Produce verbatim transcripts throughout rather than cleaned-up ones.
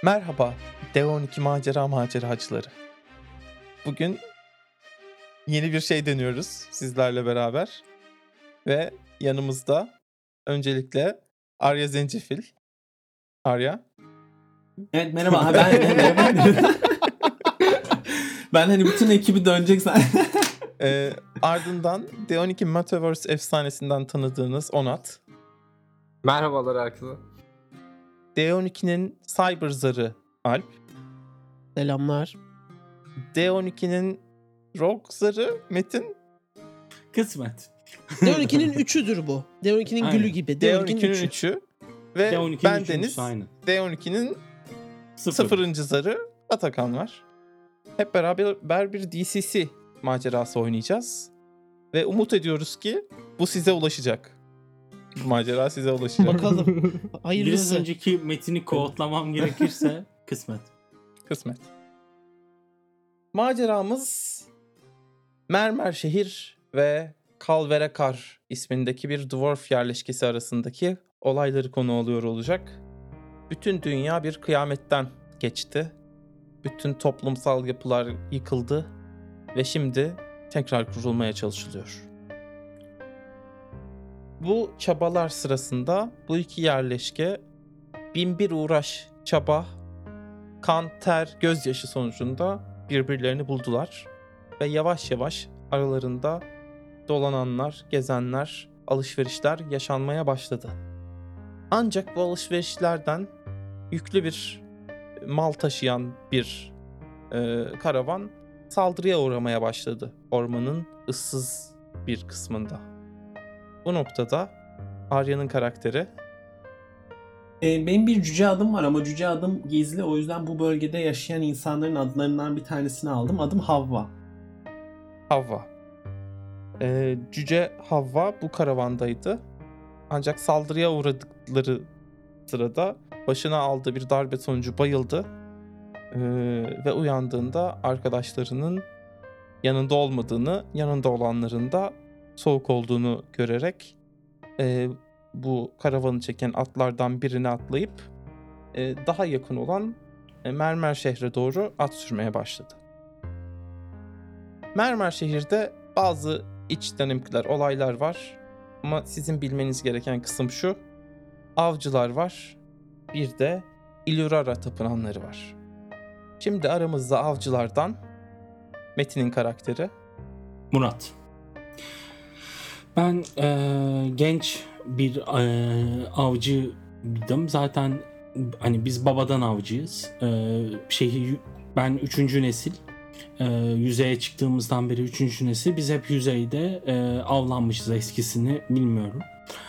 Merhaba, D on iki macera maceracıları. Bugün yeni bir şey deniyoruz sizlerle beraber. Ve yanımızda öncelikle Arya Zencefil. Arya. Evet merhaba. Ha, ben merhaba. Ben hani bütün ekibi döneceksen. e, ardından D on iki Metaverse efsanesinden tanıdığınız Onat. Merhabalar herkese. D on ikinin cyber zarı Alp. Selamlar. D on ikinin rogue zarı Metin. Kısmet. D on ikinin üçüdür bu. D on ikinin Aynen. gülü gibi. D on ikinin üçü. Ve D on ikinin ben Deniz. üçüncüsü aynı. D on ikinin Sıfır. sıfırıncı zarı Atakan var. Hep beraber bir D C C macerası oynayacağız. Ve umut ediyoruz ki bu size ulaşacak. Bu macera size ulaşacak. Bakalım. Biraz Hayırlısı. önceki metini kodlamam gerekirse kısmet. Kısmet. Maceramız Mermer Şehir ve Kalverekar ismindeki bir dwarf yerleşkesi arasındaki olayları konu alıyor olacak. Bütün dünya bir kıyametten geçti. Bütün toplumsal yapılar yıkıldı ve şimdi tekrar kurulmaya çalışılıyor. Bu çabalar sırasında bu iki yerleşke bin bir uğraş, çaba, kan, ter, gözyaşı sonucunda birbirlerini buldular ve yavaş yavaş aralarında dolananlar, gezenler, alışverişler yaşanmaya başladı. Ancak bu alışverişlerden yüklü bir mal taşıyan bir e, karavan saldırıya uğramaya başladı ormanın ıssız bir kısmında. Bu noktada Arya'nın karakteri Ee, benim bir cüce adım var ama cüce adım gizli. O yüzden bu bölgede yaşayan insanların adlarından bir tanesini aldım. Adım Havva. Havva. E, Cüce Havva bu karavandaydı. Ancak saldırıya uğradıkları sırada başına aldığı bir darbe sonucu bayıldı. Ee, ve uyandığında arkadaşlarının yanında olmadığını, yanında olanların da soğuk olduğunu görerek e, bu karavanı çeken atlardan birine atlayıp e, daha yakın olan e, Mermer şehre doğru at sürmeye başladı. Mermer şehirde bazı iç dinamikler, olaylar var ama sizin bilmeniz gereken kısım şu: avcılar var, bir de Illurara tapınanları var. Şimdi aramızda avcılardan Metin'in karakteri Murat. Ben eee, genç bir eee, avcıydım. Zaten hani biz babadan avcıyız. Eee şeyi ben üçüncü nesil. Eee, yüzeye çıktığımızdan beri üçüncü nesil. Biz hep yüzeyde eee, avlanmışız, eskisini bilmiyorum.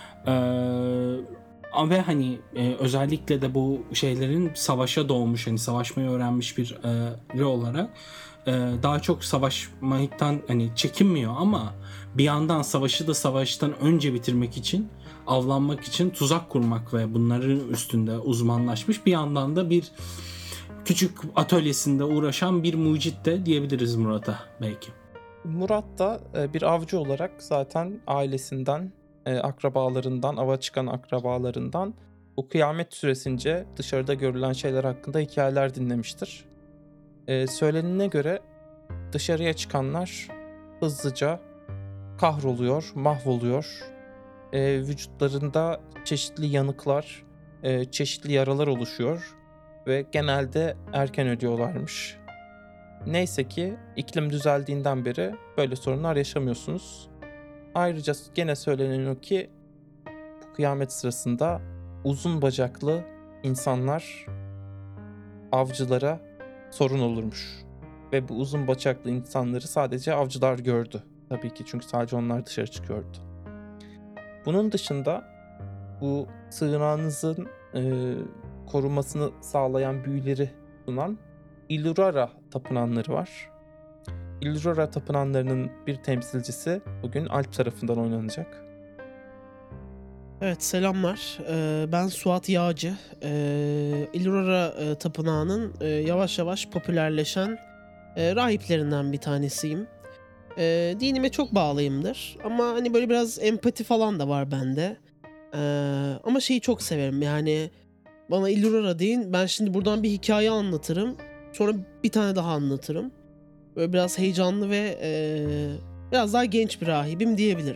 Eee Ve hani e, özellikle de bu şeylerin savaşa doğmuş, hani savaşmayı öğrenmiş bir e, olarak e, daha çok savaşmaktan hani çekinmiyor ama bir yandan savaşı da savaştan önce bitirmek için, avlanmak için tuzak kurmak ve bunların üstünde uzmanlaşmış, bir yandan da bir küçük atölyesinde uğraşan bir mucit de diyebiliriz Murat'a belki. Murat da e, bir avcı olarak zaten ailesinden, e, akrabalarından, ava çıkan akrabalarından bu kıyamet süresince dışarıda görülen şeyler hakkında hikayeler dinlemiştir. E, söylenene göre dışarıya çıkanlar hızlıca kahroluyor, mahvoluyor. E, vücutlarında çeşitli yanıklar, e, çeşitli yaralar oluşuyor ve genelde erken ölüyorlarmış. Neyse ki iklim düzeldiğinden beri böyle sorunlar yaşamıyorsunuz. Ayrıca gene söylenen o ki bu kıyamet sırasında uzun bacaklı insanlar avcılara sorun olurmuş. Ve bu uzun bacaklı insanları sadece avcılar gördü. Tabii ki, çünkü sadece onlar dışarı çıkıyordu. Bunun dışında bu sığınağınızın e, korunmasını sağlayan büyüleri sunan Illurara tapınanları var. Illurara tapınanlarının bir temsilcisi bugün Alp tarafından oynanacak. Evet, selamlar. Ee, ben Suat Yağcı. Ee, Illurara e, Tapınağı'nın e, yavaş yavaş popülerleşen e, rahiplerinden bir tanesiyim. E, dinime çok bağlıyımdır. Ama hani böyle biraz empati falan da var bende. Ee, ama şeyi çok severim, yani bana Illurara deyin. Ben şimdi buradan bir hikaye anlatırım. Sonra bir tane daha anlatırım. Böyle biraz heyecanlı ve eee, biraz daha genç bir rahibim diyebilirim.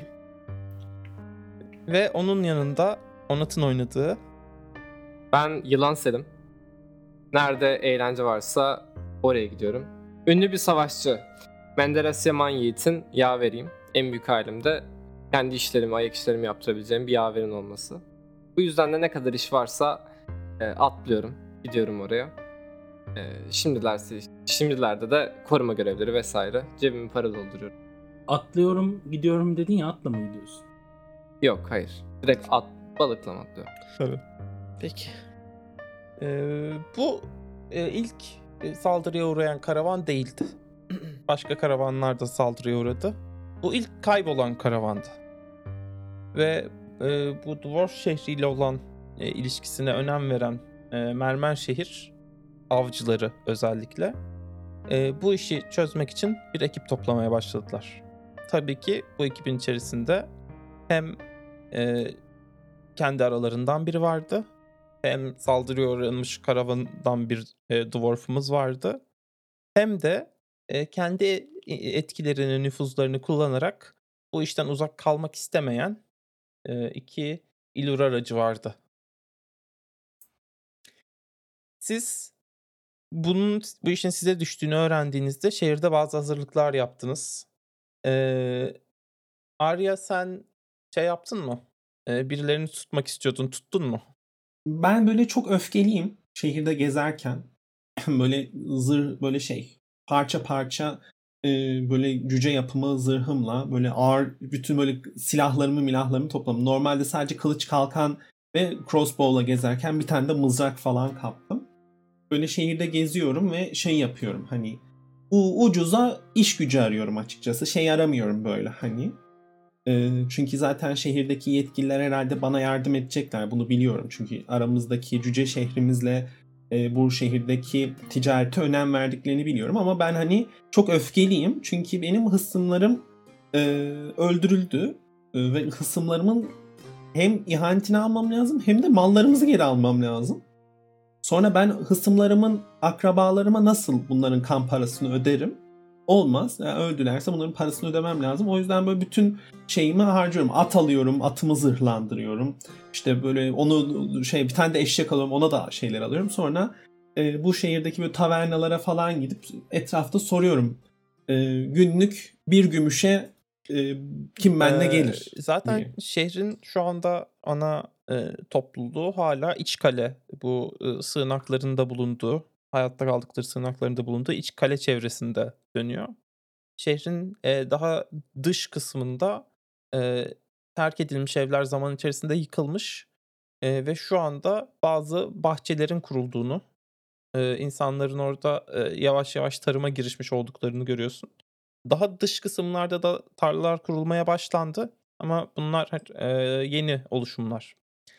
Ve onun yanında Onat'ın oynadığı Ben Yılan Selim. Nerede eğlence varsa oraya gidiyorum. Ünlü bir savaşçı. Menderes Yaman Yiğit'in yaveriyim. En büyük halim de kendi işlerimi, ayak işlerimi yaptırabileceğim bir yaverin olması. Bu yüzden de ne kadar iş varsa e, atlıyorum. Gidiyorum oraya. E, şimdilerse, şimdilerde de koruma görevleri vesaire. Cebimi para dolduruyorum. Atlıyorum gidiyorum dedin ya, atla mı gidiyorsun? Yok, hayır. Direkt at, balıkla mı atlıyorum? tabii. Peki. Ee, bu e, ilk e, saldırıya uğrayan karavan değildi. Başka karavanlar da saldırıya uğradı. Bu ilk kaybolan karavandı. Ve e, bu Dwarf şehriyle olan e, ilişkisine önem veren e, Mermer şehir avcıları özellikle e, bu işi çözmek için bir ekip toplamaya başladılar. Tabii ki bu ekibin içerisinde hem e, kendi aralarından biri vardı, hem saldırıya uğramış karavandan bir e, dwarf'ımız vardı, hem de e, kendi etkilerini, nüfuzlarını kullanarak bu işten uzak kalmak istemeyen e, iki Illur aracı vardı. Siz bunun bu işin size düştüğünü öğrendiğinizde şehirde bazı hazırlıklar yaptınız. Ee, Arya, sen şey yaptın mı? Ee, birilerini tutmak istiyordun, tuttun mu? Ben böyle çok öfkeliyim şehirde gezerken. Böyle zırh, böyle şey, parça parça e, böyle cüce yapımı zırhımla böyle ağır bütün böyle silahlarımı milahlarımı topladım. Normalde sadece kılıç kalkan ve crossbow'la gezerken bir tane de mızrak falan kaptım. Böyle şehirde geziyorum ve şey yapıyorum, hani u- ucuza iş gücü arıyorum açıkçası. Şey aramıyorum böyle hani. E, çünkü zaten şehirdeki yetkililer herhalde bana yardım edecekler. Bunu biliyorum. Çünkü aramızdaki cüce şehrimizle e, bu şehirdeki ticarete önem verdiklerini biliyorum. Ama ben hani çok öfkeliyim. Çünkü benim hısımlarım e, öldürüldü. E, ve hısımlarımın hem ihanetini almam lazım hem de mallarımızı geri almam lazım. Sonra ben hısımlarımın akrabalarıma nasıl bunların kan parasını öderim? Olmaz. Yani öldülerse bunların parasını ödemem lazım. O yüzden böyle bütün şeyimi harcıyorum. At alıyorum, atımı zırhlandırıyorum. İşte böyle onu şey bir tane de eşek alıyorum, ona da şeyler alıyorum. Sonra e, bu şehirdeki böyle tavernalara falan gidip etrafta soruyorum. E, günlük bir gümüşe e, kim benimle Ee, gelir zaten diye. şehrin şu anda ana e, topluluğu hala İçkale. Bu e, sığınaklarında bulunduğu, hayatta kaldıkları sığınaklarında bulunduğu İçkale çevresinde dönüyor. Şehrin e, daha dış kısmında e, terk edilmiş evler zaman içerisinde yıkılmış e, ve şu anda bazı bahçelerin kurulduğunu, e, insanların orada e, yavaş yavaş tarıma girişmiş olduklarını görüyorsun. Daha dış kısımlarda da tarlalar kurulmaya başlandı ama bunlar e, yeni oluşumlar.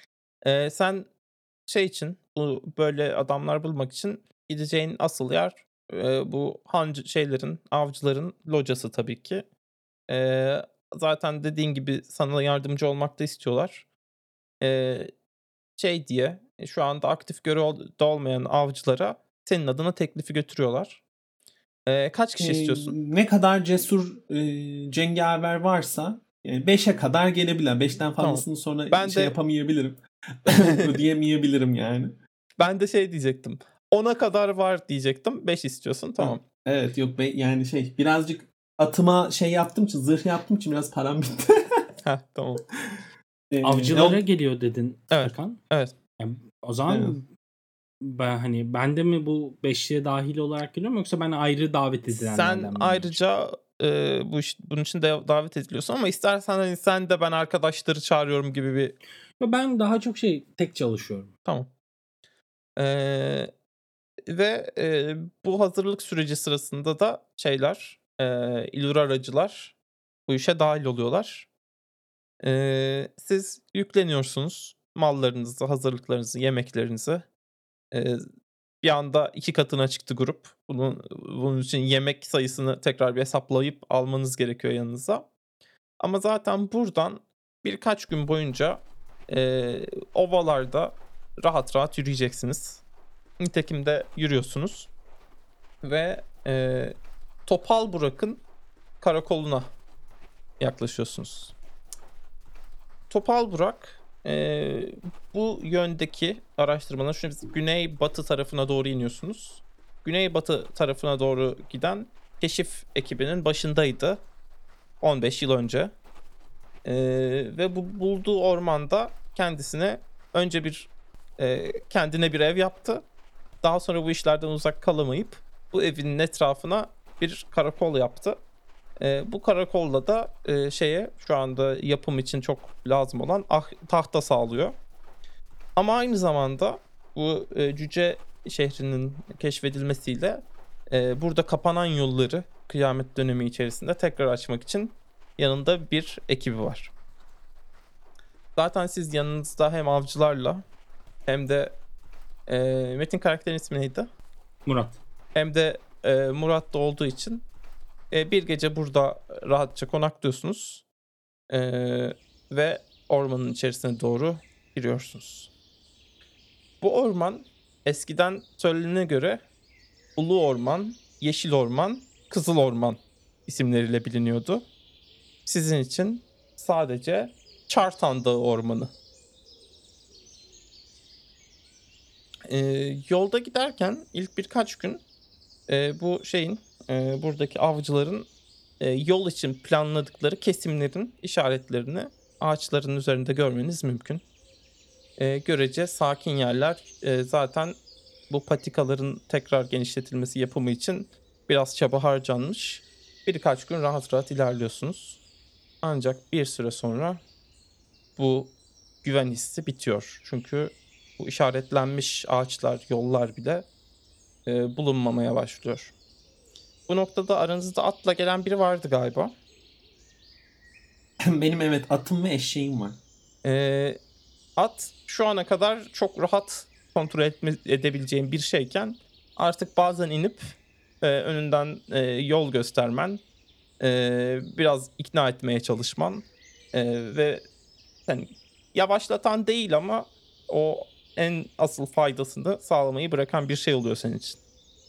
E, sen şey için, bu böyle adamlar bulmak için gideceğin asıl yer e, bu hancı şeylerin, avcıların locası tabii ki. E, zaten dediğin gibi sana yardımcı olmak da istiyorlar. E, şey diye e, şu anda aktif görevde olmayan avcılara senin adına teklifi götürüyorlar. E, kaç kişi E, istiyorsun? ne kadar cesur e, cengaver varsa yani beşe kadar gelebilir. beşten Tamam. fazlasını sonra Ben şey de yapamayabilirim. Ödeyemeyebilirim yani. ben de şey diyecektim. ona kadar var diyecektim. beş istiyorsun. Ha, Tamam. evet yok be, yani şey birazcık atıma şey yaptığım için, zırh yaptığım için biraz param bitti. Heh, tamam. Ee, Avcılara o- geliyor dedin Evet. Hakan. Evet. Yani o zaman Evet. ben hani ben de mi bu beşliğe dahil olarak geliyorum yoksa ben ayrı davet edilenlerden Sen miyim? ayrıca e, bu iş, bunun için de davet ediliyorsun ama istersen hani sen de ben arkadaşları çağırıyorum gibi bir Yo, ben daha çok şey tek çalışıyorum. tamam. Ee, ve e, bu hazırlık süreci sırasında da şeyler, e, Illur aracılar bu işe dahil oluyorlar. Ee, siz yükleniyorsunuz mallarınızı, hazırlıklarınızı, yemeklerinizi. Ee, bir anda iki katına çıktı grup. Bunun, bunun için yemek sayısını tekrar bir hesaplayıp almanız gerekiyor yanınıza. Ama zaten buradan birkaç gün boyunca e, ovalarda rahat rahat yürüyeceksiniz. Nitekim de yürüyorsunuz. Ve e, Topal Burak'ın karakoluna yaklaşıyorsunuz. Topal Burak e, bu yöndeki araştırmalar, şimdi biz güney batı tarafına doğru iniyorsunuz. Güney batı tarafına doğru giden keşif ekibinin başındaydı on beş yıl önce. E, ve bu bulduğu ormanda kendisine önce bir e, kendine bir ev yaptı. Daha sonra bu işlerden uzak kalamayıp bu evinin etrafına bir karakol yaptı. E, bu karakolla da e, şeye şu anda yapım için çok lazım olan ah, tahta sağlıyor. Ama aynı zamanda bu e, Cüce şehrinin keşfedilmesiyle e, burada kapanan yolları kıyamet dönemi içerisinde tekrar açmak için yanında bir ekibi var. Zaten siz yanınızda hem avcılarla hem de e, Metin karakterin ismi neydi? Murat. Hem de e, Murat da olduğu için e, bir gece burada rahatça konaklıyorsunuz e, ve ormanın içerisine doğru giriyorsunuz. Bu orman eskiden söylenene göre Ulu Orman, Yeşil Orman, Kızıl Orman isimleriyle biliniyordu. Sizin için sadece Çartan Dağı Ormanı. E, yolda giderken ilk birkaç gün e, bu şeyin e, buradaki avcıların e, yol için planladıkları kesimlerin işaretlerini ağaçların üzerinde görmeniz mümkün. E, görece sakin yerler. E, zaten bu patikaların tekrar genişletilmesi yapımı için biraz çaba harcanmış. Birkaç gün rahat rahat ilerliyorsunuz. Ancak bir süre sonra bu güven hissi bitiyor. Çünkü bu işaretlenmiş ağaçlar, yollar bile e, bulunmamaya başlıyor. Bu noktada aranızda atla gelen biri vardı galiba. Benim evet atım ve eşeğim var. Ee, at şu ana kadar çok rahat kontrol etme, edebileceğin bir şeyken artık bazen inip e, önünden e, yol göstermen, e, biraz ikna etmeye çalışman e, ve yani yavaşlatan değil ama o en asıl faydasını sağlamayı bırakan bir şey oluyor senin için.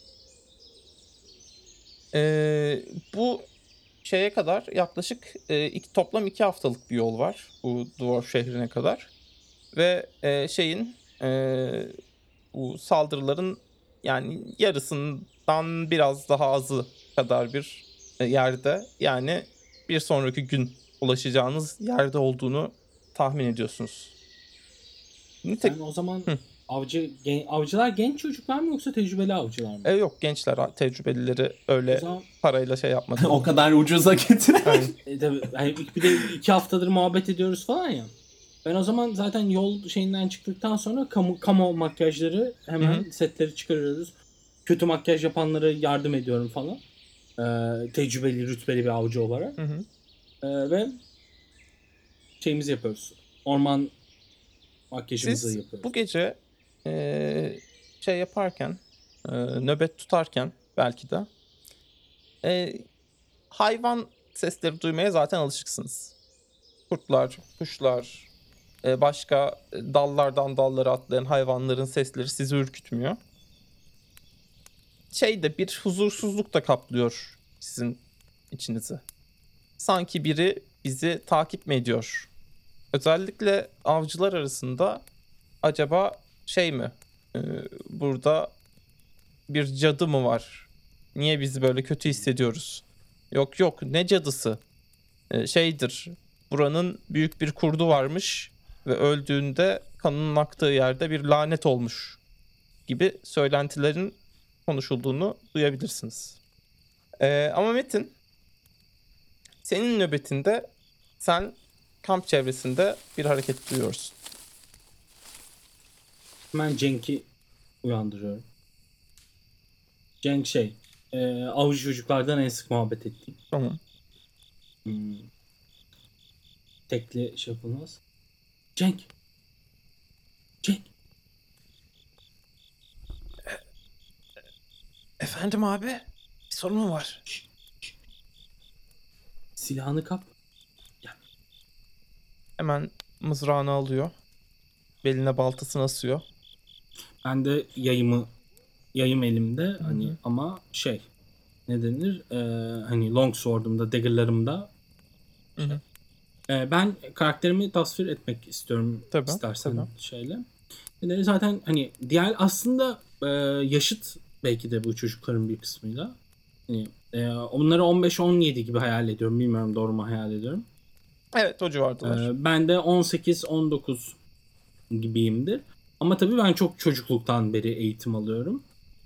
Ee, bu şeye kadar yaklaşık e, iki, toplam iki haftalık bir yol var bu Dwarf şehrine kadar ve e, şeyin e, bu saldırıların yani yarısından biraz daha azı kadar bir e, yerde, yani bir sonraki gün ulaşacağınız yerde olduğunu tahmin ediyorsunuz. Nitek Yani o zaman Hı. avcı gen- avcılar genç çocuklar mı yoksa tecrübeli avcılar mı? e, yok, gençler, tecrübelileri O öyle zaman parayla şey yapmadı. O kadar ucuza getir. Yani, e, tabii, hani bir de iki haftadır muhabbet ediyoruz falan ya. Ben o zaman zaten yol şeyinden çıktıktan sonra kamu, kamu makyajları hemen Hı setleri çıkarıyoruz. Kötü makyaj yapanlara yardım ediyorum falan. Ee, tecrübeli, rütbeli bir avcı olarak. hı hı. Ee, ve şeyimizi yapıyoruz. Orman makyajımızı Siz yapıyoruz. bu gece eee, şey yaparken, eee, nöbet tutarken belki de eee, hayvan sesleri duymaya zaten alışıksınız. Kurtlar, kuşlar, eee, başka dallardan dallara atlayan hayvanların sesleri sizi ürkütmüyor. Şey de bir huzursuzluk da kaplıyor sizin içinizi. Sanki biri bizi takip mi ediyor? Özellikle avcılar arasında acaba şey mi? Ee, burada bir cadı mı var? Niye bizi böyle kötü hissediyoruz? Yok yok, ne cadısı? Ee, şeydir. Buranın büyük bir kurdu varmış ve öldüğünde kanının aktığı yerde bir lanet olmuş gibi söylentilerin konuşulduğunu duyabilirsiniz. Ee, ama Metin, senin nöbetinde sen kamp çevresinde bir hareket duyuyorsun. Hemen Cenk'i uyandırıyorum. Cenk şey, e, avcı çocuklardan en sık muhabbet ettiğim. Tamam. Hmm. Tekli şey yapılmaz. Cenk. Cenk. Efendim abi? Bir sorun mu var? Şş, şş. Silahını kap. Hemen mızrağını alıyor. Beline baltasını asıyor. Ben de yayımı yayım elimde Hı hani hı. ama şey ne denir? Ee, hani longsword'umda, dagger'larımda Hı hı. Ee, ben karakterimi tasvir etmek istiyorum Tabii, istersen tabii. şeyle. Yani zaten hani diğer aslında e, yaşıt belki de bu çocukların bir kısmıyla. Hani, e, onları on beş on yedi gibi hayal ediyorum. Bilmiyorum doğru mu hayal ediyorum. Evet, o Ee, civardalar. ben de on sekiz on dokuz gibiyimdir. Ama tabii ben çok çocukluktan beri eğitim alıyorum.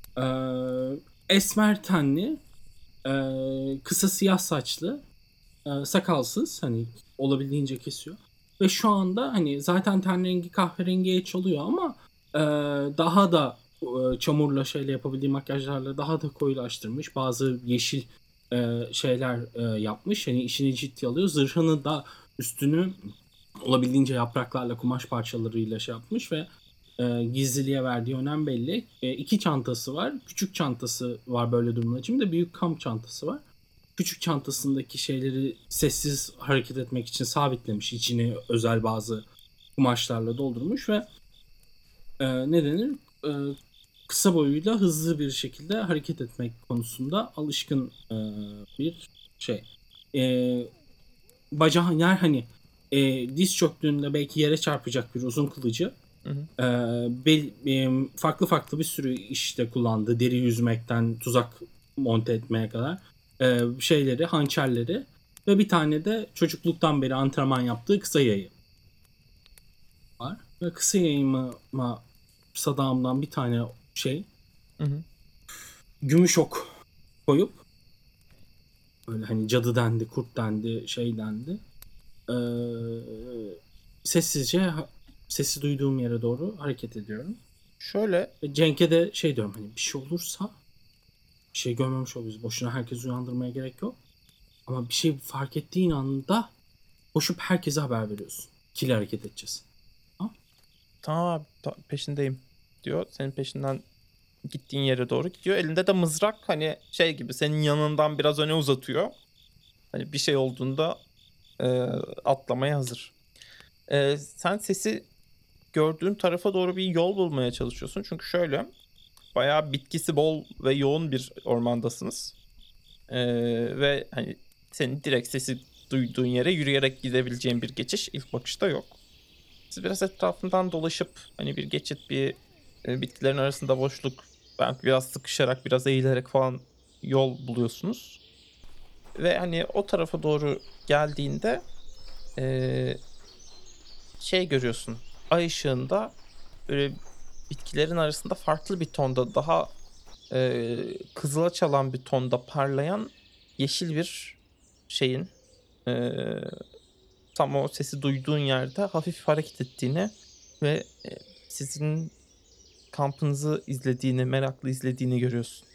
Ee, esmer tenli, e, kısa siyah saçlı, e, sakalsız, hani olabildiğince kesiyor. Ve şu anda hani zaten ten rengi kahverengiye çalıyor ama e, daha da e, çamurla şeyle yapabildiği makyajlarla daha da koyulaştırmış. Bazı yeşil e, şeyler e, yapmış. Hani işini ciddiye alıyor. Zırhını da üstünü olabildiğince yapraklarla, kumaş parçalarıyla şey yapmış ve e, gizliliğe verdiği önem belli. E, iki çantası var. Küçük çantası var böyle durumlar için. Bir de büyük kamp çantası var. Küçük çantasındaki şeyleri sessiz hareket etmek için sabitlemiş. İçini özel bazı kumaşlarla doldurmuş ve e, ne denir? E, kısa boyuyla hızlı bir şekilde hareket etmek konusunda alışkın e, bir şey. E, bacağı yer hani e, diz çöktüğünde belki yere çarpacak bir uzun kılıcı. Hı hı. E, bel, e, farklı farklı bir sürü işte kullandı. Deri yüzmekten tuzak monte etmeye kadar e, şeyleri, hançerleri ve bir tane de çocukluktan beri antrenman yaptığı kısa yayı var. Ve kısa yayıma sadağımdan bir tane şey Hı hı. gümüş ok koyup böyle hani cadı dendi, kurt dendi, şey dendi. Ee, sessizce sesi duyduğum yere doğru hareket ediyorum. Şöyle Ve Cenk'e de şey diyorum hani bir şey olursa bir şey görmemiş oluruz. Boşuna herkesi uyandırmaya gerek yok. Ama bir şey fark ettiğin anda koşup herkese haber veriyorsun. İkili hareket edeceğiz. Tamam. tamam abi, ta- peşindeyim diyor. Senin peşinden gittiğin yere doğru gidiyor. Elinde de mızrak, hani şey gibi senin yanından biraz öne uzatıyor. Hani bir şey olduğunda e, atlamaya hazır. E, sen sesi gördüğün tarafa doğru bir yol bulmaya çalışıyorsun. Çünkü şöyle, bayağı bitkisi bol ve yoğun bir ormandasınız. E, ve hani senin direkt sesi duyduğun yere yürüyerek gidebileceğin bir geçiş ilk bakışta yok. Siz biraz etrafından dolaşıp hani bir geçit, bir e, bitkilerin arasında boşluk, belki biraz sıkışarak, biraz eğilerek falan yol buluyorsunuz. Ve hani o tarafa doğru geldiğinde e, şey görüyorsun. Ay ışığında böyle bitkilerin arasında farklı bir tonda, daha e, kızıla çalan bir tonda parlayan yeşil bir şeyin e, tam o sesi duyduğun yerde hafif hareket ettiğini ve e, sizin kampınızı izlediğini, meraklı izlediğini görüyorsun.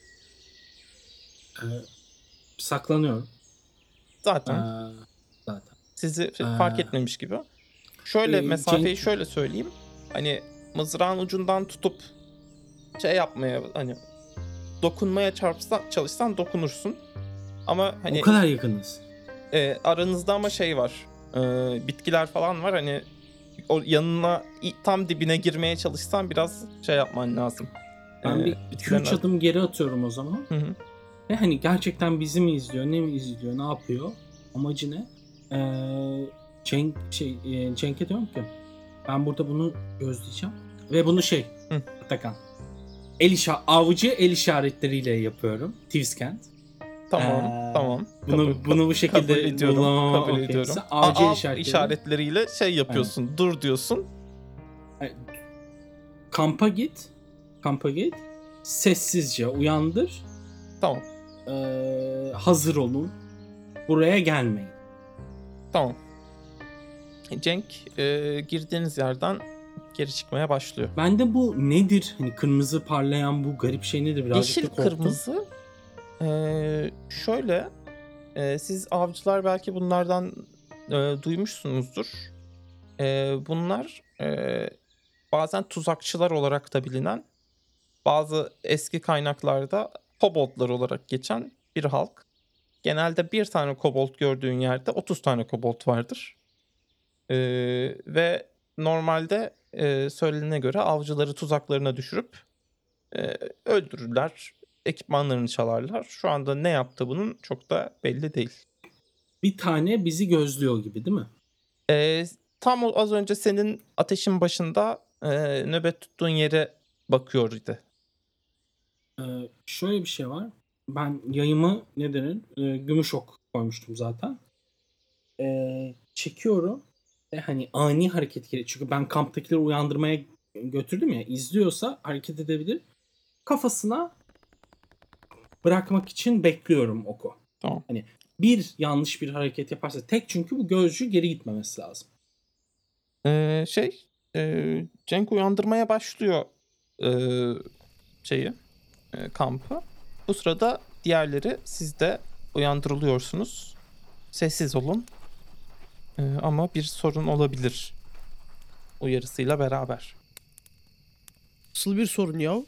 Ee, saklanıyorum. Ee, Zaten zaten. sizi Ee, fark etmemiş gibi. Şöyle, e, Cenk mesafeyi şöyle söyleyeyim. Hani mızrağın ucundan tutup şey yapmaya, hani dokunmaya çarpsan, çalışsan dokunursun. Ama o hani kadar yakınız. e, aranızda ama şey var. E, bitkiler falan var. Hani o yanına i- tam dibine girmeye çalışsan biraz şey yapman lazım. E, Ben bir iki bitkilerin üç ar- adım geri atıyorum o zaman. Hı hı. Ve hani gerçekten bizi mi izliyor, ne mi izliyor, ne yapıyor, amacı ne? Ee, Cenk, şey, e, Cenk'e diyorum ki ben burada bunu gözleyeceğim. Ve bunu şey, Hı. Atakan, el işa avcı el işaretleriyle yapıyorum. Thieves' Tamam, Ee, tamam. Kabul, bunu ka- bunu bu kabul şekilde ediyorum, kullanmama kabul okey. ediyorum. A- Avcı el av işaretleriyle. işaretleriyle şey Aynen. yapıyorsun, dur diyorsun. Yani, kampa git. Kampa git. Sessizce uyandır. Tamam, Ee, hazır olun. Buraya gelmeyin. tamam. Cenk e, girdiğiniz yerden geri çıkmaya başlıyor. Ben de bu nedir? Hani kırmızı parlayan bu garip şey nedir? Birazcık Yeşil da korktum. kırmızı, e, şöyle, e, siz avcılar belki bunlardan e, duymuşsunuzdur. E, bunlar e, bazen tuzakçılar olarak da bilinen, bazı eski kaynaklarda koboldlar olarak geçen bir halk. Genelde bir tane kobold gördüğün yerde otuz tane kobold vardır. Ee, ve normalde e, söylenene göre avcıları tuzaklarına düşürüp e, öldürürler. Ekipmanlarını çalarlar. Şu anda ne yaptı bunun çok da belli değil. Bir tane bizi gözlüyor gibi değil mi? E, tam o- az önce senin ateşin başında e, nöbet tuttuğun yere bakıyor idi. Ee, şöyle bir şey var. Ben yayımı ne denir? Ee, gümüş ok koymuştum zaten. Ee, çekiyorum. Ve hani ani hareket gerekiyor. Çünkü ben kamptakileri uyandırmaya götürdüm ya. İzliyorsa hareket edebilir. Kafasına bırakmak için bekliyorum oku. Tamam. Hani bir yanlış bir hareket yaparsa tek, çünkü bu gözcü geri gitmemesi lazım. E, şey e, Cenk uyandırmaya başlıyor e, şeyi e, kampı. Bu sırada diğerleri siz de uyandırılıyorsunuz. Sessiz olun. E, ama bir sorun olabilir uyarısıyla beraber. Nasıl bir sorun ya?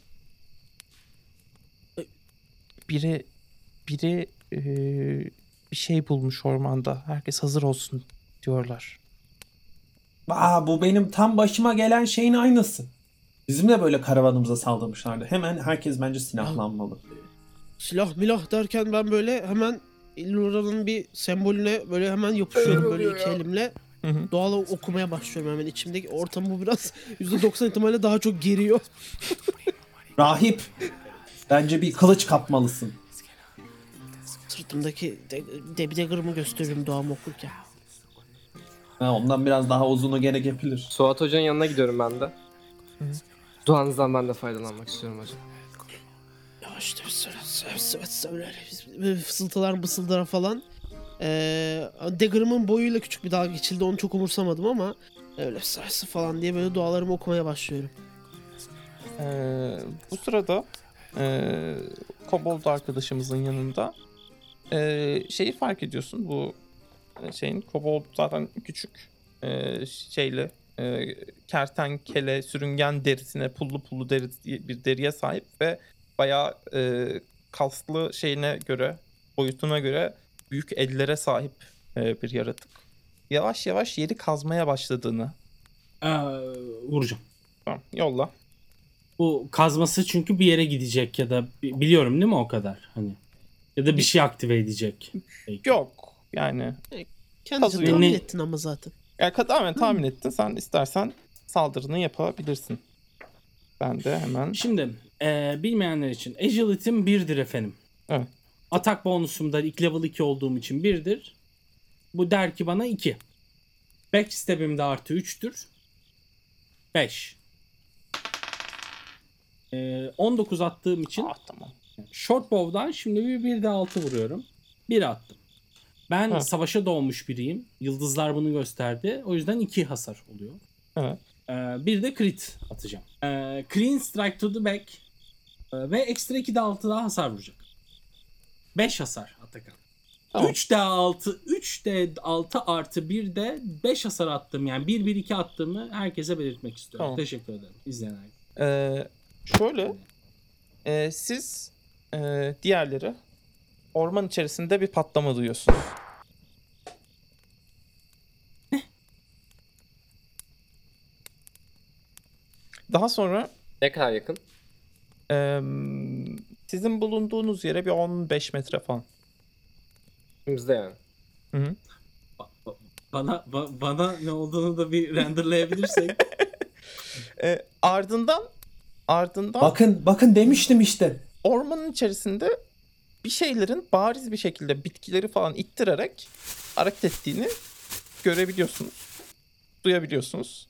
Biri biri e, bir şey bulmuş ormanda. Herkes hazır olsun diyorlar. Aa, bu benim tam başıma gelen şeyin aynısı. Bizim de böyle karavanımıza saldırmışlardı. Hemen herkes bence silahlanmalı. Silah milah derken ben böyle hemen Illura'nın bir sembolüne böyle hemen yapışıyorum Öyle böyle oluyor iki ya. elimle. Hı hı. Doğal okumaya başlıyorum hemen. İçimdeki ortamı bu biraz yüzde doksan ihtimalle daha çok geriyor. Rahip, bence bir kılıç kapmalısın. Sırtımdaki de, de, dagger'ımı gösteriyorum doğamı okurken. Ha, ondan biraz daha uzunu gerekebilir. Suat Hoca'nın yanına gidiyorum ben de. Duanızdan ben de faydalanmak istiyorum hocam. Ya işte bir söyle, söyle, söyle, söyle. Böyle fısıltılar mısıldılar falan. Ee, dagger'ımın boyuyla küçük bir dalga geçildi, onu çok umursamadım ama öyle sarsı falan diye böyle dualarımı okumaya başlıyorum. E, bu sırada e, Kobold arkadaşımızın yanında e, şeyi fark ediyorsun. Bu e, şeyin Kobold zaten küçük e, şeyle e, kertenkele sürüngen derisine pullu pullu deri, bir deriye sahip ve bayağı e, kaslı şeyine göre boyutuna göre büyük ellere sahip e, bir yaratık. Yavaş yavaş yeri kazmaya başladığını. Ee, vuracağım. Tamam, yolla. Bu kazması çünkü bir yere gidecek ya da bi- biliyorum değil mi o kadar? Hani ya da bir şey aktive edecek. Belki. Yok yani. Kendince Kazıyor. tahmin Ne- ettin ama zaten. Yani tamamen tahmin ettin. Sen istersen saldırını yapabilirsin. Ben de hemen. Şimdi e, bilmeyenler için agility'm birdir efendim. Evet. Atak bonusum da ilk level iki olduğum için birdir. Bu der ki bana iki. Backstep'im de artı üçtür. beş. E, on dokuz attığım için Ah, tamam. short bow'dan şimdi bir, bir de altı vuruyorum. bir attım. Ben Ha. savaşa doğmuş biriyim. Yıldızlar bunu gösterdi. O yüzden iki hasar oluyor. Evet. Ee, bir de crit atacağım. Ee, clean strike to the back. Ee, ve ekstra iki de altı daha hasar vuracak. beş hasar Atakan. Tamam. üç de altı, üç de altı artı bir de beş hasar attım. Yani bir bir iki attığımı herkese belirtmek istiyorum. Tamam. Teşekkür ederim izleyen herkese. Ee, şöyle. e, siz e, diğerleri orman içerisinde bir patlama duyuyorsunuz. Daha sonra Ne kadar yakın? e, sizin bulunduğunuz yere bir on beş metre falan. Bizde yani. Hı hı. Ba- ba- Bana ba- bana ne olduğunu da bir renderlayabilirsek. E, ardından ardından Bakın, bakın demiştim işte. ormanın içerisinde bir şeylerin bariz bir şekilde bitkileri falan ittirerek hareket ettiğini görebiliyorsunuz. Duyabiliyorsunuz.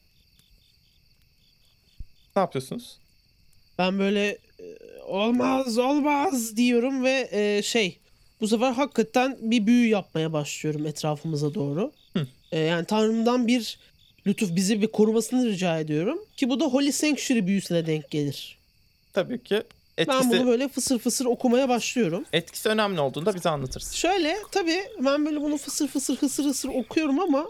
Ne yapıyorsunuz? Ben böyle e, olmaz olmaz diyorum ve e, şey bu sefer hakikaten bir büyü yapmaya başlıyorum etrafımıza doğru. Hı. E, yani Tanrım'dan bir lütuf, bizi bir korumasını rica ediyorum ki bu da Holy Sanctuary büyüsüne denk gelir. Tabii ki Ben etkisi, bunu böyle fısır fısır okumaya başlıyorum. etkisi önemli olduğunda bize anlatırsın. Şöyle tabii ben böyle bunu fısır fısır hısır hısır okuyorum ama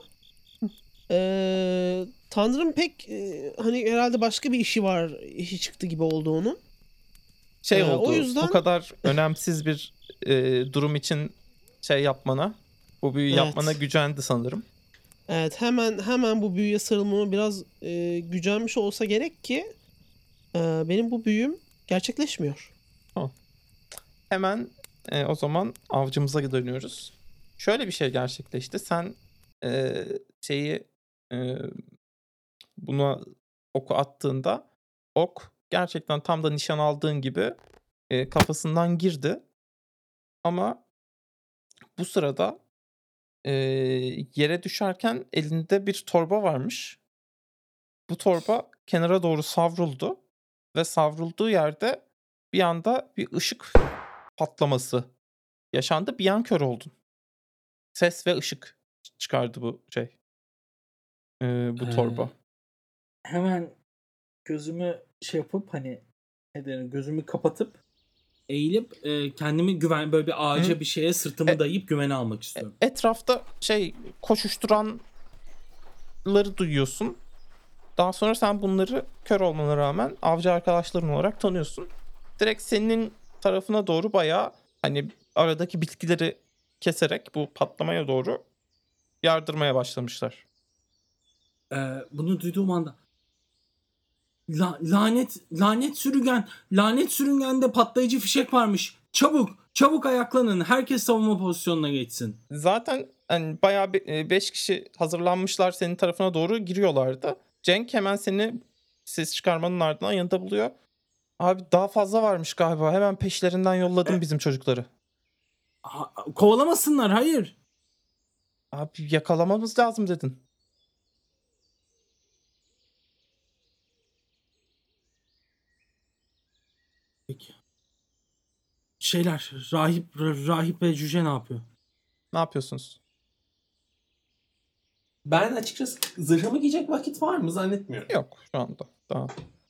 e, Tanrım pek e, hani herhalde başka bir işi var, işi çıktı gibi oldu onun. Şey Ee, oldu. o yüzden- Bu kadar önemsiz bir e, durum için şey yapmana, bu büyüyü Evet. yapmana gücendi sanırım. Evet, hemen hemen bu büyüye sarılmama biraz e, gücenmiş olsa gerek ki e, benim bu büyüm gerçekleşmiyor. Hemen e, o zaman avcımıza dönüyoruz. Şöyle bir şey gerçekleşti. Sen e, şeyi e, buna oku attığında ok gerçekten tam da nişan aldığın gibi e, kafasından girdi. Ama bu sırada e, yere düşerken elinde bir torba varmış. Bu torba kenara doğru savruldu ve savrulduğu yerde bir anda bir ışık patlaması yaşandı. Bir an kör oldun. Ses ve ışık çıkardı bu şey. Ee, bu Ee, torba. Hemen gözümü şey yapıp hani ne denir, gözümü kapatıp eğilip e, kendimi güven böyle bir ağaca Hı. bir şeye sırtımı E- dayayıp güvene almak istiyorum. Etrafta şey koşuşturanları duyuyorsun. Daha sonra sen bunları kör olmana rağmen avcı arkadaşların olarak tanıyorsun. Direkt senin tarafına doğru bayağı hani aradaki bitkileri keserek bu patlamaya doğru yardırmaya başlamışlar. Ee, bunu duyduğum anda La- lanet lanet sürüngen lanet sürüngende patlayıcı fişek varmış. Çabuk çabuk ayaklanın. Herkes savunma pozisyonuna geçsin. Zaten hani bayağı beş kişi hazırlanmışlar senin tarafına doğru giriyorlardı. Cenk hemen seni ses çıkarmanın ardından yanında buluyor. Abi daha fazla varmış galiba. Hemen peşlerinden yolladım E- bizim çocukları. Ha- kovalamasınlar, hayır. Abi yakalamamız lazım dedin. Peki. Şeyler rahip rahip ve cüce ne yapıyor? Ne yapıyorsunuz? Ben açıkçası zırhımı giyecek vakit var mı zannetmiyorum. Yok şu anda. Daha.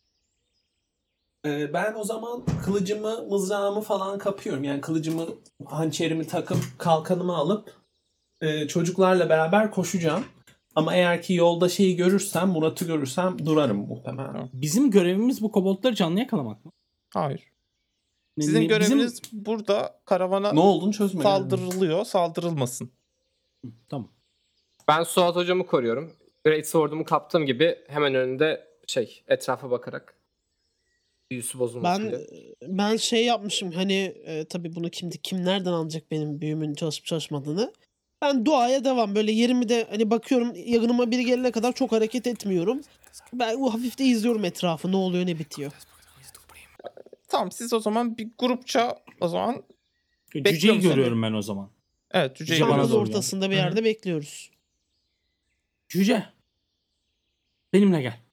Ee, ben o zaman kılıcımı, mızrağımı falan kapıyorum. Yani kılıcımı, hançerimi takıp kalkanımı alıp e, çocuklarla beraber koşacağım. Ama eğer ki yolda şeyi görürsem, Murat'ı görürsem durarım muhtemelen. Tamam. Bizim görevimiz bu koboldları canlı yakalamak mı? Hayır. Ne- Sizin ne- göreviniz burada karavana Ne olduğunu çözmedim. saldırılıyor, saldırılmasın. Bizim... Tamam. Ben Suat hocamı koruyorum. Great Sword'umu kaptığım gibi hemen önünde şey etrafa bakarak büyüsü bozulmasın Ben diye. ben şey yapmışım hani e, tabii bunu kim kim nereden anlayacak benim büyümün çalışıp çalışmadığını. Ben duaya devam. Böyle yerimi de hani bakıyorum yanıma biri gelene kadar çok hareket etmiyorum. Ben bu hafif de izliyorum etrafı ne oluyor ne bitiyor. Tamam siz o zaman bir grupça o zaman Cüceyi Bekliyor musun? görüyorum ben o zaman. evet cüceyi Cüce bana Sahnanın görüyorsun. doğru geldi. ortasında bir Hı hı. yerde bekliyoruz. Cüce. Benimle gel.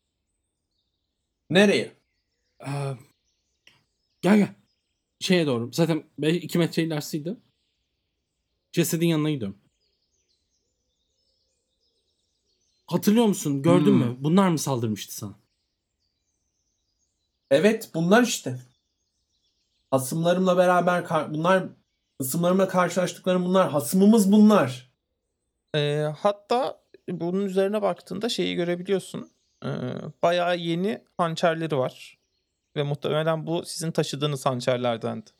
Nereye? Ee, gel gel. Şeye doğru. Zaten iki metre ilerisiydi. Cesedin yanına gidiyorum. Hatırlıyor musun? Gördün Hmm. mü? Bunlar mı saldırmıştı sana? Evet, bunlar işte. Hasımlarımla beraber kar- bunlar hasımlarımla karşılaştıklarım bunlar. Hasımımız bunlar. Ee, hatta bunun üzerine baktığında şeyi görebiliyorsun. Ee, bayağı yeni hançerleri var. Ve muhtemelen bu sizin taşıdığınız hançerlerdendi.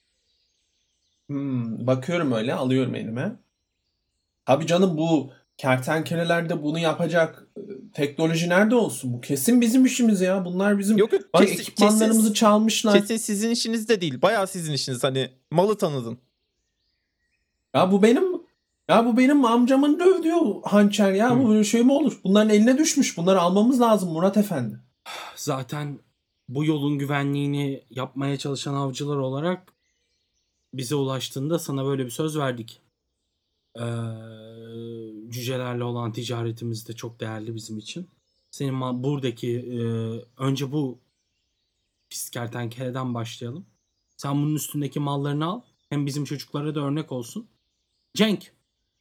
Hmm, bakıyorum öyle, alıyorum elime. Tabii canım bu kertenkelelerde bunu yapacak e, teknoloji nerede olsun? Bu kesin bizim işimiz ya. Bunlar bizim Yok yok bak kesin, ekipmanlarımızı kesin, çalmışlar. kesin sizin işiniz de değil. Bayağı sizin işiniz. Hani malı tanıdın. Ya bu benim ya bu benim amcamın dövdüğü hançer ya. Bu böyle şey mi olur? Bunların eline düşmüş. Bunları almamız lazım Murat Efendi. Zaten bu yolun güvenliğini yapmaya çalışan avcılar olarak bize ulaştığında sana böyle bir söz verdik. Ee, cücelerle olan ticaretimiz de çok değerli bizim için. Senin ma- buradaki e, önce bu pis kertenkeleden başlayalım. Sen bunun üstündeki mallarını al. Hem bizim çocuklara da örnek olsun. Cenk.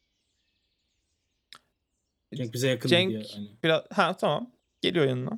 Cenk bize yakın Cenk diye. Hani. biraz ha tamam. Geliyor yanına.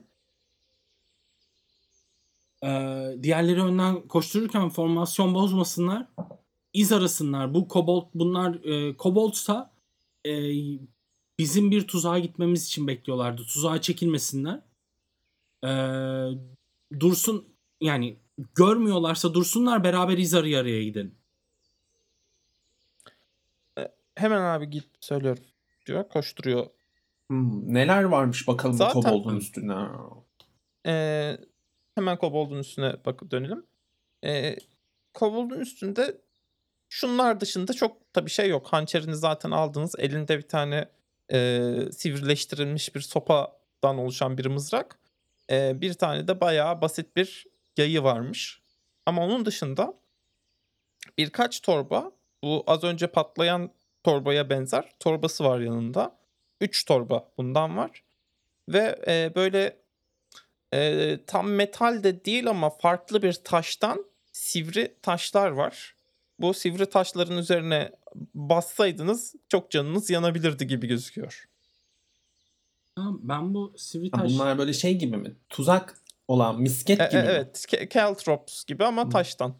Ee, diğerleri önden koştururken formasyon bozmasınlar. İz arasınlar. Bu kobold bunlar e, koboldsa e, bizim bir tuzağa gitmemiz için bekliyorlardı. Tuzağa çekilmesinler. Ee, dursun yani görmüyorlarsa dursunlar, beraber iz arı araya gidelim. Hemen abi git söylüyorum. diyor. Koşturuyor. Hmm, neler varmış bakalım bu Zaten- koboldun üstüne. Ee, hemen koboldun üstüne bak dönelim. Ee, koboldun üstünde şunlar dışında çok tabii şey yok. Hançerini zaten aldınız. Elinde bir tane e, sivrileştirilmiş bir sopadan oluşan bir mızrak. E, bir tane de bayağı basit bir yayı varmış. Ama onun dışında birkaç torba, bu az önce patlayan torbaya benzer torbası var yanında. Üç torba bundan var. Ve e, böyle e, tam metal de değil ama farklı bir taştan sivri taşlar var. Bu sivri taşların üzerine bassaydınız çok canınız yanabilirdi gibi gözüküyor. Tamam, ben bu sivri Ha, taş bunlar böyle şey gibi mi? Tuzak olan misket E, e, gibi mi? evet, Ke- Caltrops gibi ama Hı. taştan.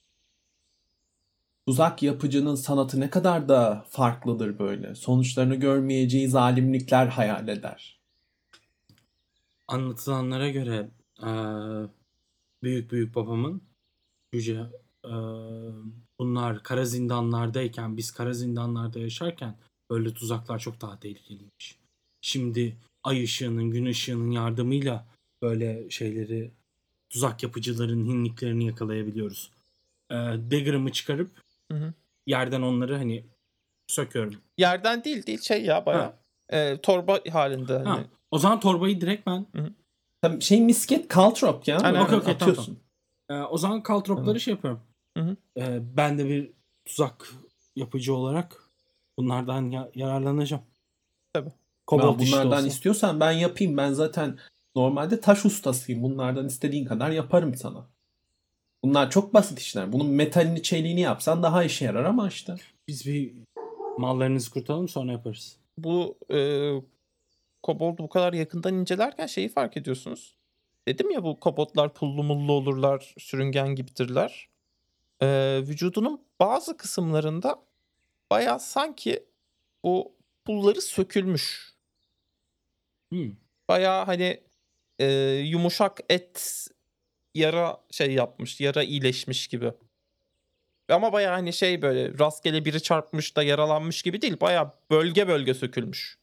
Tuzak yapıcının sanatı ne kadar da farklıdır böyle. Sonuçlarını görmeyeceği zalimlikler hayal eder. anlatılanlara göre eee, büyük büyük babamın Yüce eee, bunlar kara zindanlardayken, biz kara zindanlarda yaşarken böyle tuzaklar çok daha tehlikeliymiş. Şimdi ay ışığının, gün ışığının yardımıyla böyle şeyleri, tuzak yapıcıların hinliklerini yakalayabiliyoruz. Eee dagger'ımı çıkarıp Hı hı. yerden onları hani söküyorum. Yerden değil değil şey ya bayağı. E, torba halinde hani. Ha, o zaman torbayı direkt ben Tabii şey misket caltrop ya. Aynen, Böyle aynen. Okey, okey, tamam, atıyorsun. Ee, o zaman kaltropları Tamam. şey yapıyorum. Hı hı. Ee, ben de bir tuzak yapıcı olarak bunlardan ya- yararlanacağım. Tabii. Ya Kobold işte bunlardan olsa. istiyorsan ben yapayım. Ben zaten normalde taş ustasıyım. Bunlardan istediğin kadar yaparım sana. Bunlar çok basit işler. Bunun metalini, çeliğini yapsan daha işe yarar ama işte. Biz bir mallarınızı kurtaralım, sonra yaparız. Bu e, koboldu bu kadar yakından incelerken şeyi fark ediyorsunuz. Dedim ya bu koboldlar pullu mullu olurlar, sürüngen gibidirler. E, vücudunun bazı kısımlarında bayağı sanki bu pulları sökülmüş. Hmm. Bayağı hani e, yumuşak et yara şey yapmış, yara iyileşmiş gibi. Ama bayağı hani şey böyle rastgele biri çarpmış da yaralanmış gibi değil. Bayağı bölge bölge sökülmüş.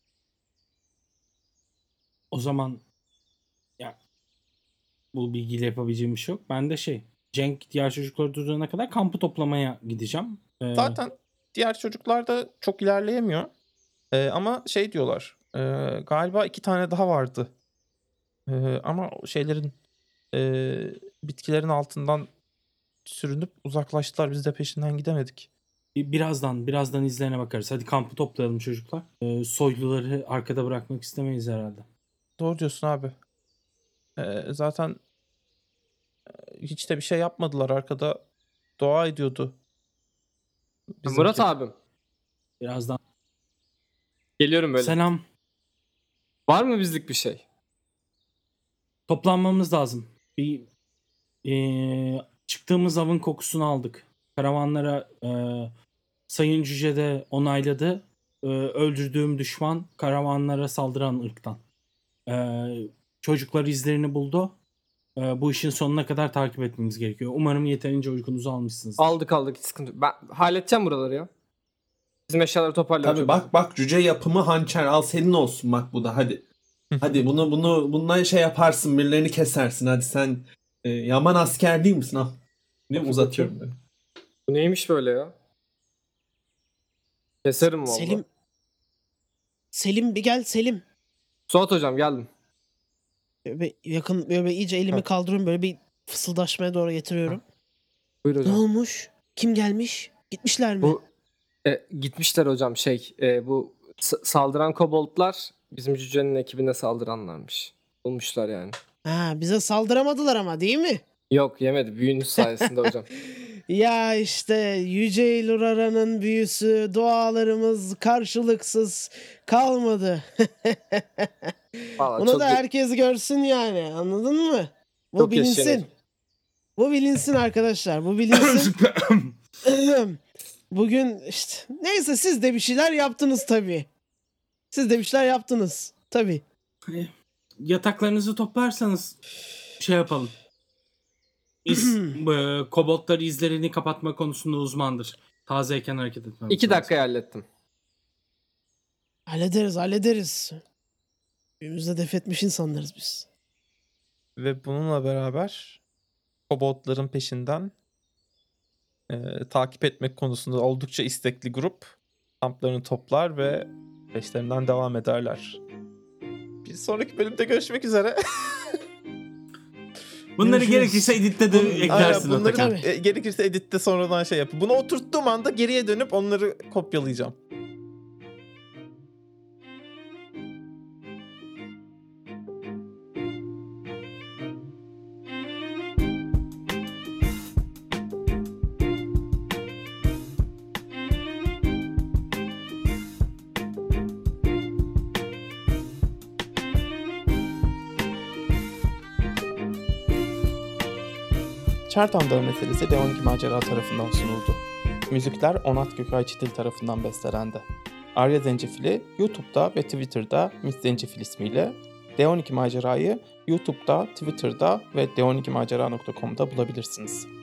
O zaman ya bu bilgiyle yapabileceğim bir şey yok. Ben de şey, Cenk diğer çocukları durdurana kadar kampı toplamaya gideceğim. Ee, Zaten diğer çocuklar da çok ilerleyemiyor. Ee, ama şey diyorlar. e, galiba iki tane daha vardı. Ee, ama o şeylerin e, bitkilerin altından sürünüp uzaklaştılar. Biz de peşinden gidemedik. bir- birazdan birazdan izlerine bakarız. Hadi kampı toplayalım çocuklar. Ee, soyluları arkada bırakmak istemeyiz herhalde. Doğru diyorsun abi. Ee, zaten hiç de bir şey yapmadılar. Arkada dua ediyordu. Murat bizimki. abim. Birazdan. Geliyorum böyle. Selam. Var mı bizlik bir şey? Toplanmamız lazım. Bir eee, çıktığımız avın kokusunu aldık. Karavanlara eee, Sayın Cüce de onayladı. Eee, öldürdüğüm düşman karavanlara saldıran ırktan. Eee, çocuklar izlerini buldu. Eee, bu işin sonuna kadar takip etmemiz gerekiyor. Umarım yeterince uykunuzu almışsınızdır. Aldık aldık, hiç sıkıntı yok. Ben halledeceğim buraları ya. Bizim eşyaları toparlıyorum. Tabii çok bak bak cüce yapımı hançer al senin olsun bak bu da hadi. Hadi bunu bunu bundan şey yaparsın birilerini kesersin hadi sen e, yaman asker değil misin al. Ne uzatıyorum ben. Bu neymiş böyle ya? Keserim valla. Selim. Selim bir gel Selim. Suat hocam geldim. Böyle yakın böyle iyice elimi Heh. kaldırıyorum böyle bir fısıldaşmaya doğru getiriyorum. Buyur Ne hocam. olmuş? Kim gelmiş? Gitmişler mi? Bu e, gitmişler hocam şey e, bu s- saldıran koboldlar bizim cücenin ekibine saldıranlarmış. Bulmuşlar yani. Ha, bize saldıramadılar ama değil mi? Yok yemedi, büyünüz sayesinde hocam. Ya işte Yüce Ilurara'nın büyüsü, dualarımız karşılıksız kalmadı. Vallahi Bunu çok da ge- herkes görsün yani, anladın mı? Bu Çok yaşayın bilinsin. hocam. Bu bilinsin arkadaşlar, bu bilinsin. Bugün işte neyse siz de bir şeyler yaptınız tabii. Siz de bir şeyler yaptınız tabii. Yataklarınızı toplarsanız şey yapalım. Biz eee, koboldlar izlerini kapatma konusunda uzmandır. Tazeyken hareket etmemiz İki lazım. dakikaya hallettim. Hallederiz hallederiz. Köyümüzde def etmiş insanlarız biz. Ve bununla beraber koboldların peşinden e, takip etmek konusunda oldukça istekli grup kamplarını toplar ve peşlerinden devam ederler. Bir sonraki bölümde görüşmek üzere. Bunları Görüşürüz. gerekirse editte de Aynen, eklersin bunları Atakan. Tabii. e, gerekirse editte sonradan şey yap. Bunu oturttuğum anda geriye dönüp onları kopyalayacağım. Çertan Dağı meselesi Leon Macera tarafından sunuldu. Müzikler Onat Gökay Çitil tarafından bestelendi. Arya Zencefili YouTube'da ve Twitter'da Miss Zencefil ismiyle, D on iki Macera'yı YouTube'da, Twitter'da ve d on iki macera nokta com'da bulabilirsiniz.